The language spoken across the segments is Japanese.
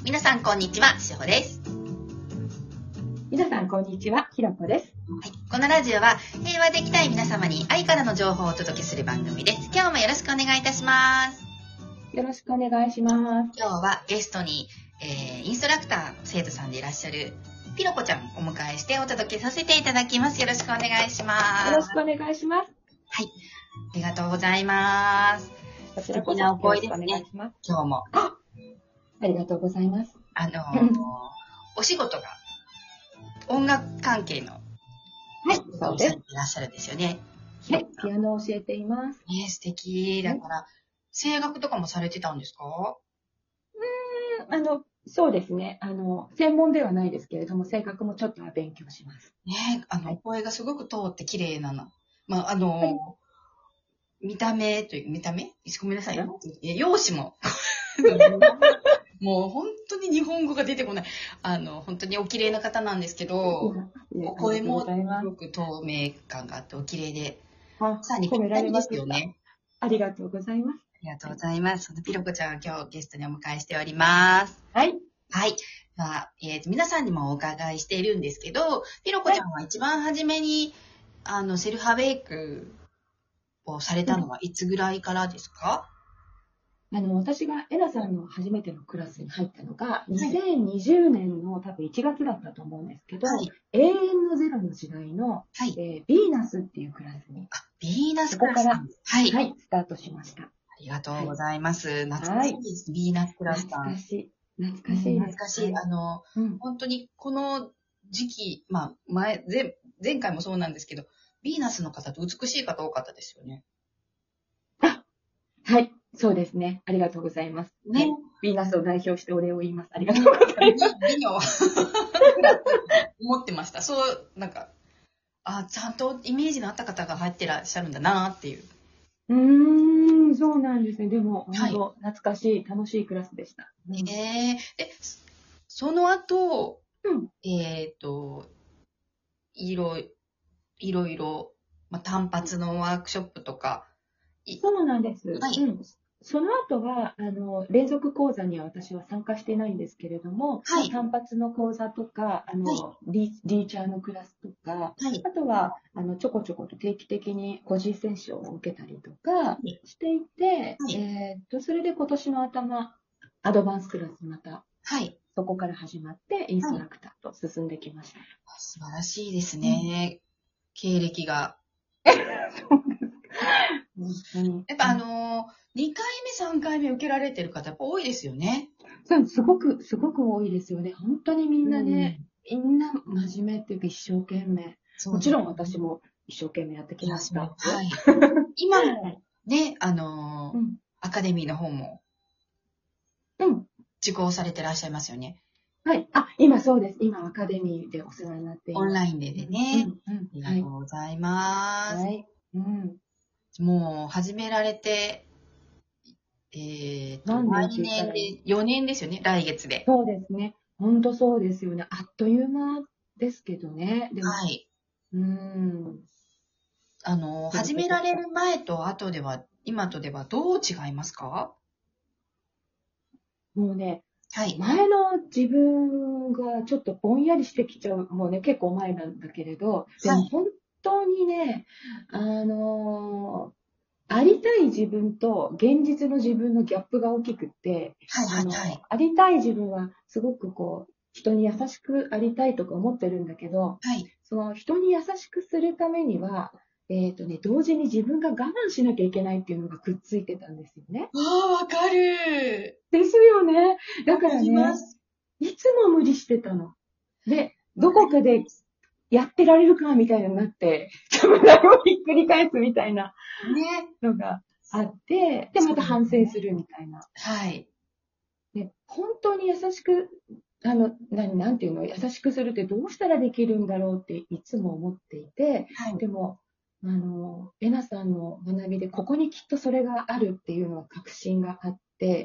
皆さんこんにちは、しほです。 皆さんこんにちは、ひろこです。 はい、このラジオは平和でいきたい皆様に愛からの情報をお届けする番組です。今日もよろしくお願いいたします。 よろしくお願いします。 今日はゲストに、インストラクターの生徒さんでいらっしゃるピロコちゃんをお迎えしてお届けさせていただきます。よろしくお願いします。 よろしくお願いします。 はい、ありがとうございます。素敵なお声ですね。今日も。 ありがとうございます。 お仕事が音楽関係のそうです。 いらっしゃるんですよね。 はい、ピアノを教えています。 素敵。だから、声楽とかもされてたんですか？ そうですね。専門ではないですけれども、声楽もちょっとは勉強します。 声がすごく通って綺麗なの。見た目ごめんなさいよ。容姿も。もう本当に日本語が出てこない。本当にお綺麗な方なんですけど、お声もすごく透明感があってお綺麗で。さあにぴったりですよね。 ありがとうございます。 ありがとうございます。ピロコちゃんは今日ゲストにお迎えしております。 はい。 はい。皆さんにもお伺いしているんですけど、ピロコちゃんは一番初めに、セルフアウェイクをされたのはいつぐらいからですか？ 私がエラさんの初めてのクラスに入ったのが、2020年の多分1月だったと思うんですけど、永遠のゼロの時代の、ヴィーナスっていうクラスに、 ヴィーナスクラス、そこから、 はい、 スタートしました。 ありがとうございます。懐かしいです。ヴィーナスクラスさん。 懐かしい。 本当にこの時期、前回もそうなんですけど、ヴィーナスの方って美しい方多かったですよね。 はい。そうですね。ありがとうございます。 ね。 ヴィーナスを代表してお礼を言います。ありがとうございます。 思ってました。そう、ちゃんとイメージのあった方が入ってらっしゃるんだなっていう。 そうなんですね。でも、本当、懐かしい、楽しいクラスでした。 で、その後、いろいろ、単発のワークショップとか。 そうなんです。その後は、連続講座には私は参加していないんですけれども、単発の講座とか、リーチャーのクラスとか、あとは、ちょこちょこと定期的に個人セッションを受けたりとかしていて、それで今年の頭、アドバンスクラスまた、そこから始まって、インストラクターと進んできました。 素晴らしいですね。経歴が。やっぱ2回目、3回目受けられてる方、やっぱ多いですよね。 そう、すごく多いですよね。本当にみんなね、みんな真面目っていうか一生懸命。もちろん私も一生懸命やってきました。 今もね、アカデミーの方も、受講されてらっしゃいますよね。 はい。今そうです。今アカデミーでお世話になっています。 オンラインでね。ありがとうございます。もう始められて、来年で4年ですよね、来月で。 そうですね。本当そうですよね。あっという間ですけどね。でも始められる前と後では、今とではどう違いますか？ もうね、前の自分がちょっとぼんやりしてきちゃう、もうね、結構前なんだけれど、でも本当にね、ありたい自分と現実の自分のギャップが大きくって、ありたい自分はすごく人に優しくありたいとか思ってるんだけど、その人に優しくするためには、同時に自分が我慢しなきゃいけないっていうのがくっついてたんですよね。 わかる。 ですよね。だからね、いつも無理してたの。で、どこかでやってられるかみたいになって、自分だけをひっくり返すみたいなのがあって、で、また反省するみたいな。で、本当に優しく、なんていうの、優しくするってどうしたらできるんだろうっていつも思っていて、でも、えなさんの学びで、ここにきっとそれがあるっていうのは確信があって、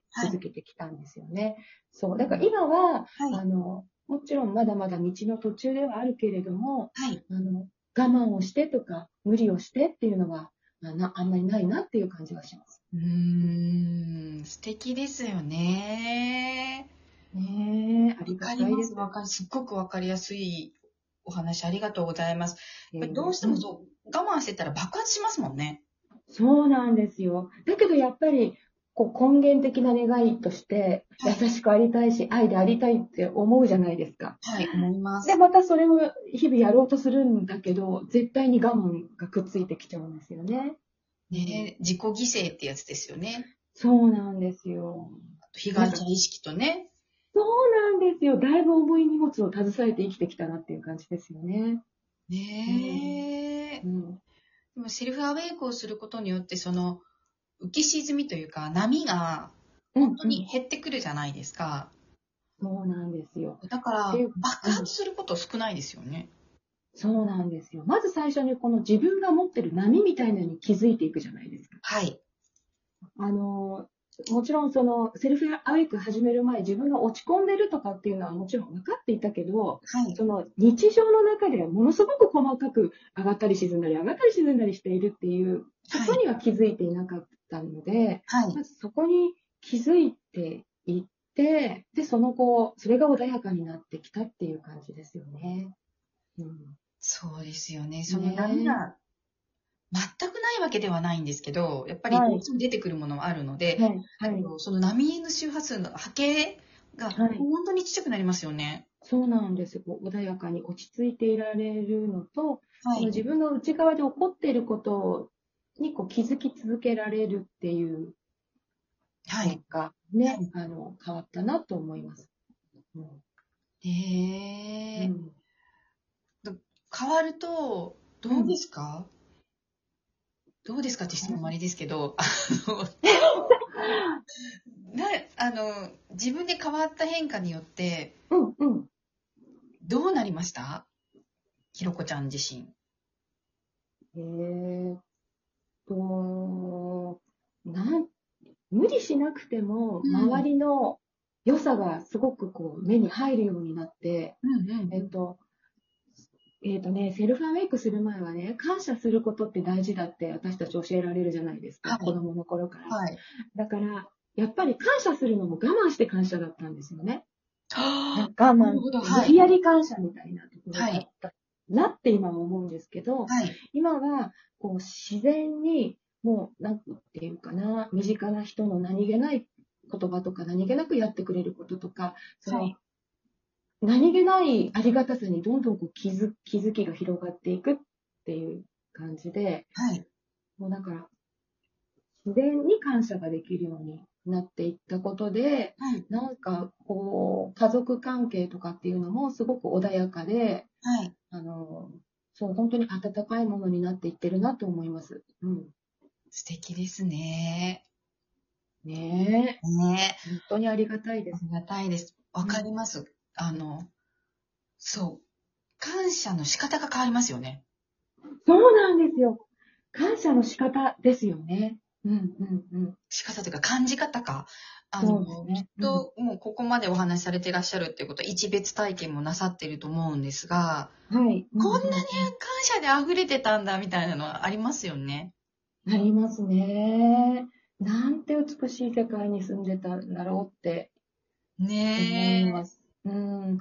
続けてきたんですよね。そう。だから今は、もちろんまだまだ道の途中ではあるけれども、我慢をしてとか、無理をしてっていうのは、あんまりないなっていう感じがします。 素敵ですよね。 ねえ、ありわかりま。 がたいですす。 すっごくわかりやすいお話ありがとうございます。やっぱりどうしてもそう、我慢してたら爆発しますもんね。 そうなんですよ。だけどやっぱり、こう根源的な願いとして、優はい。 しくありたいし、愛でありたいって思うじゃないですか。 はい、思いまで、 す。 またそれを日々やろうとするんだけど、絶対に我慢がくっついてきちゃうんですよね。うん、 ね、自己犠牲ってやつですよね。 そうなんですよ。 被なんか、 害者意識とね。 そうなんですよ。だいぶ重い荷物を携えて生きてきたなっていう感じですよね。うん。 ねえ。 うん。 でもセルフアウェイクをすることによって、その浮き沈みというか、波が本当にうんうん。 減ってくるじゃないですか。 そうなんですよ。 だから、 で、 爆うん。 発すること少ないですよね。 そうなんですよ。まず最初にこの自分が持ってる波みたいなのに気づいていくじゃないですか。 はい。 もちろんそのセルフアウェイク始める前、自分が落ち込んでるとかっていうのはもちろん分かっていたけど、 はい。 その日常の中ではものすごく細かく上がったり沈んだり、上がったり沈んだりしているっていうことはい。 には気づいていなかったので、 はい。 まずそこに気づいていって、で、その後、それが穏やかになってきたっていう感じですよね。うん、 そうですよね。その波ねが全くないわけではないんですけど、やっぱえ。はい。 りどうしても出てくるものはあるので、 はい。はい。 その波の周波数の波形がはい。 本当にちっちゃくなりますよね。 そうなんです。こう穏やかに落ち着いていられるのと、 はい。 その自分の内側で起こっていることにこう気づき続けられるっていうはい。 のがね、 は変わったなと思います。うん。 い。へえ。 うん。 だ変わると、どうでうん。 すか？どうですかって質問もありですけど、の、な、自分で変わった変化によって、 うん。うん。 どうなりました？ひろこちゃん自身。 えーっと、無理しなくても、周うん。 りの良さがすごくこう目に入るようになって、 うんうんうん。 えっと、セルフアウェイクする前はね、感謝することって大事だって私たち教えられるじゃないですか、子はい。 供の頃から。 はい。 だから、やっぱり感謝するのも我慢して感謝だったんですよね。 はあ、 我慢っなるほど。 て無はい。 理やり感謝みたいなところはい。 があったなって今は思うんですけど、 はい。 今はこう自然にもう、なんていうかな、身近な人の何気ない言葉とか何気なくやってくれることとか、そのはい。 何気ないありがたさにどんどんこう気づきが広がっていくっていう感じで、 はい。 もうだから自然に感謝ができるようになっていったことで、 はい。 なんかこう、家族関係とかっていうのもすごく穏やかで、 はい。 あの、そう、本当に温かいものになっていってるなと思います。うん。 素敵ですね。 ねえ、 ねえ。 本当にありがたいです。 ありがたいです。わうん、 かります。そう。感謝の仕方が変わりますよね。 そうなんですよ。感謝の仕方ですよね。うん、うん、うん。 仕方というか感じ方か。きっそうですね。うん。 ともうここまでお話しされていらっしゃるっていうことは一別体験もなさっていると思うんですが、 はい。うん、 こんなにうん、うん。 感謝で溢れてたんだみたいなのはありますよね。 ありますね。なんて美しい世界に住んでたんだろうって思いまねす。うん。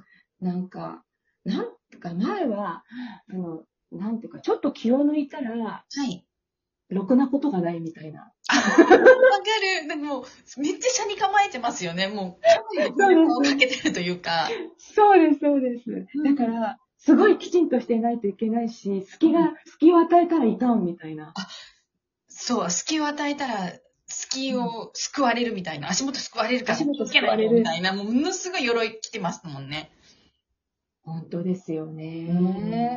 なんか、なんか前は、なんていうか、ちょっと気を抜いたら、 え。はい。 ろくなことがないみたいな。 あ、わかる。でも、めっちゃ車に構えてますよね。もう、かなりブレーキをかそうです。 けてるというか。 そうです、そうです。だかうん。 ら、すごいきちんとしていないといけないし、 うん。 隙を与えたらいかんみたいな。 あ、そう、隙を与えたら、隙うん。 を救われるみたいな。足元救われるから足元気をつけない救われる。 とみたいな。もう、ものすごい鎧着てますもんね。 本当ですようん。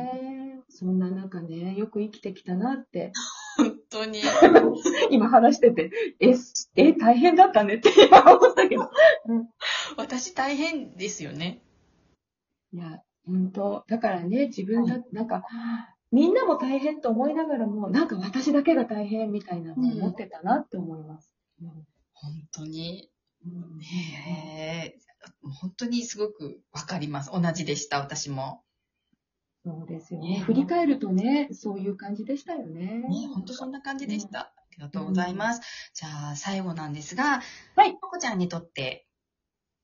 ね。そんな中ね、よく生きてきたなって本当に。 今話してて、大変だったねって今思ったけど。うん、 私大変ですよね。 いや、本当。だからね、自分だ、 はい。 なんか、みんなも大変と思いながらも、なんか私だけが大変みたいなのを思っうん。 てたなって思います。うん。 本当に。 うん。 ねえ。本当にすごくわかります。同じでした、私も。 そうですよね。 ね振り返るとね、そういう感じでしたよね。 ね、本当そんなんか。 な感じうん。 でした。ありがうとうございん。 ます。じゃあ、最後なんですが、 はい。 ココちゃんにとって、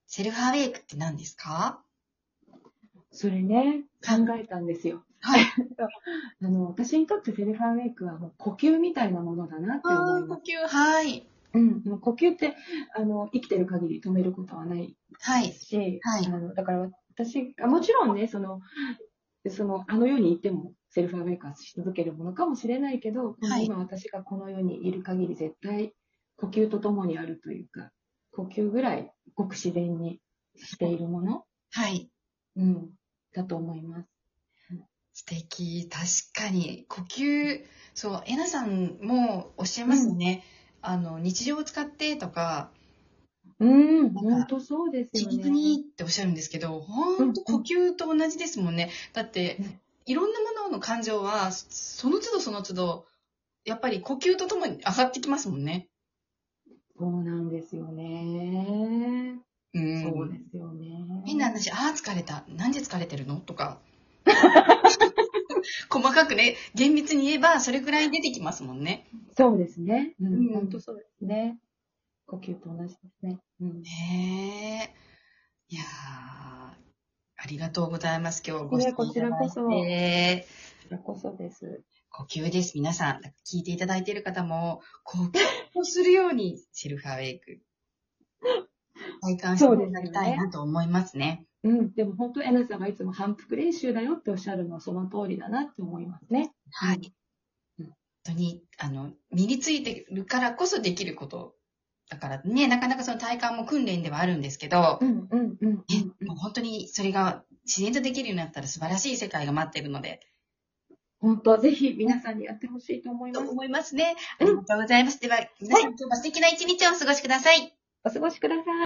セルフアウェイクって何ですか？ それね、考えたんですよ。 はい。 私にとってセルフアウェイクはもう呼吸みたいなものだなって思います。 呼吸、はい。 もう呼吸って、生きてる限り止めることはないはい。 ですし、 はい。 だから私、もちろんね、あの世にいてもセルフアウェイクはし続けるものかもしれないけど、このはい。 今私がこの世にいる限り絶対呼吸とともにあるというか、呼吸ぐらいごく自然にしているもの、 はい。 だと思います。 素敵。確かに、呼吸、そう、えなさんもおっしゃいますよね。日常を使ってとか、 本当そうですよ緻密にね。 っておっしゃるんですけど、本当呼吸と同じですもんね。だって、いろんなものの感情は、その都度その都度、やっぱり呼吸とともに上がってきますもんね。 そうなんですよね。 うん。 そうですよね。 変な話、疲れた。なんで疲れてるのとか。細かくね、厳密に言えば、それくらい出てきますもんね。 そうですね。本当そうですね。呼吸と同じですね。 ねえ。いやー、ありがとうございます。今日ご出こち演いただいらこそ、こて。 ちらこそです。 呼吸です。皆さん、聞いていただいている方も、呼吸をするように、セルフアウェイク、体感していただきたいなと思いますね。 でも本当、エナさんがいつも反復練習だよっておっしゃるのはその通りだなって思いますね。 はい。本当に、身についてるからこそできること。だからね、なかなかその体感も訓練ではあるんですけど、もう本当にそれが自然とできるようになったら素晴らしい世界が待っているので。 本当、ぜひ皆さんにやってほしいと思います。 と思いますね。ありがとうございます。では、皆さん今日も素敵な一日をお過ごしください。 お過ごしください。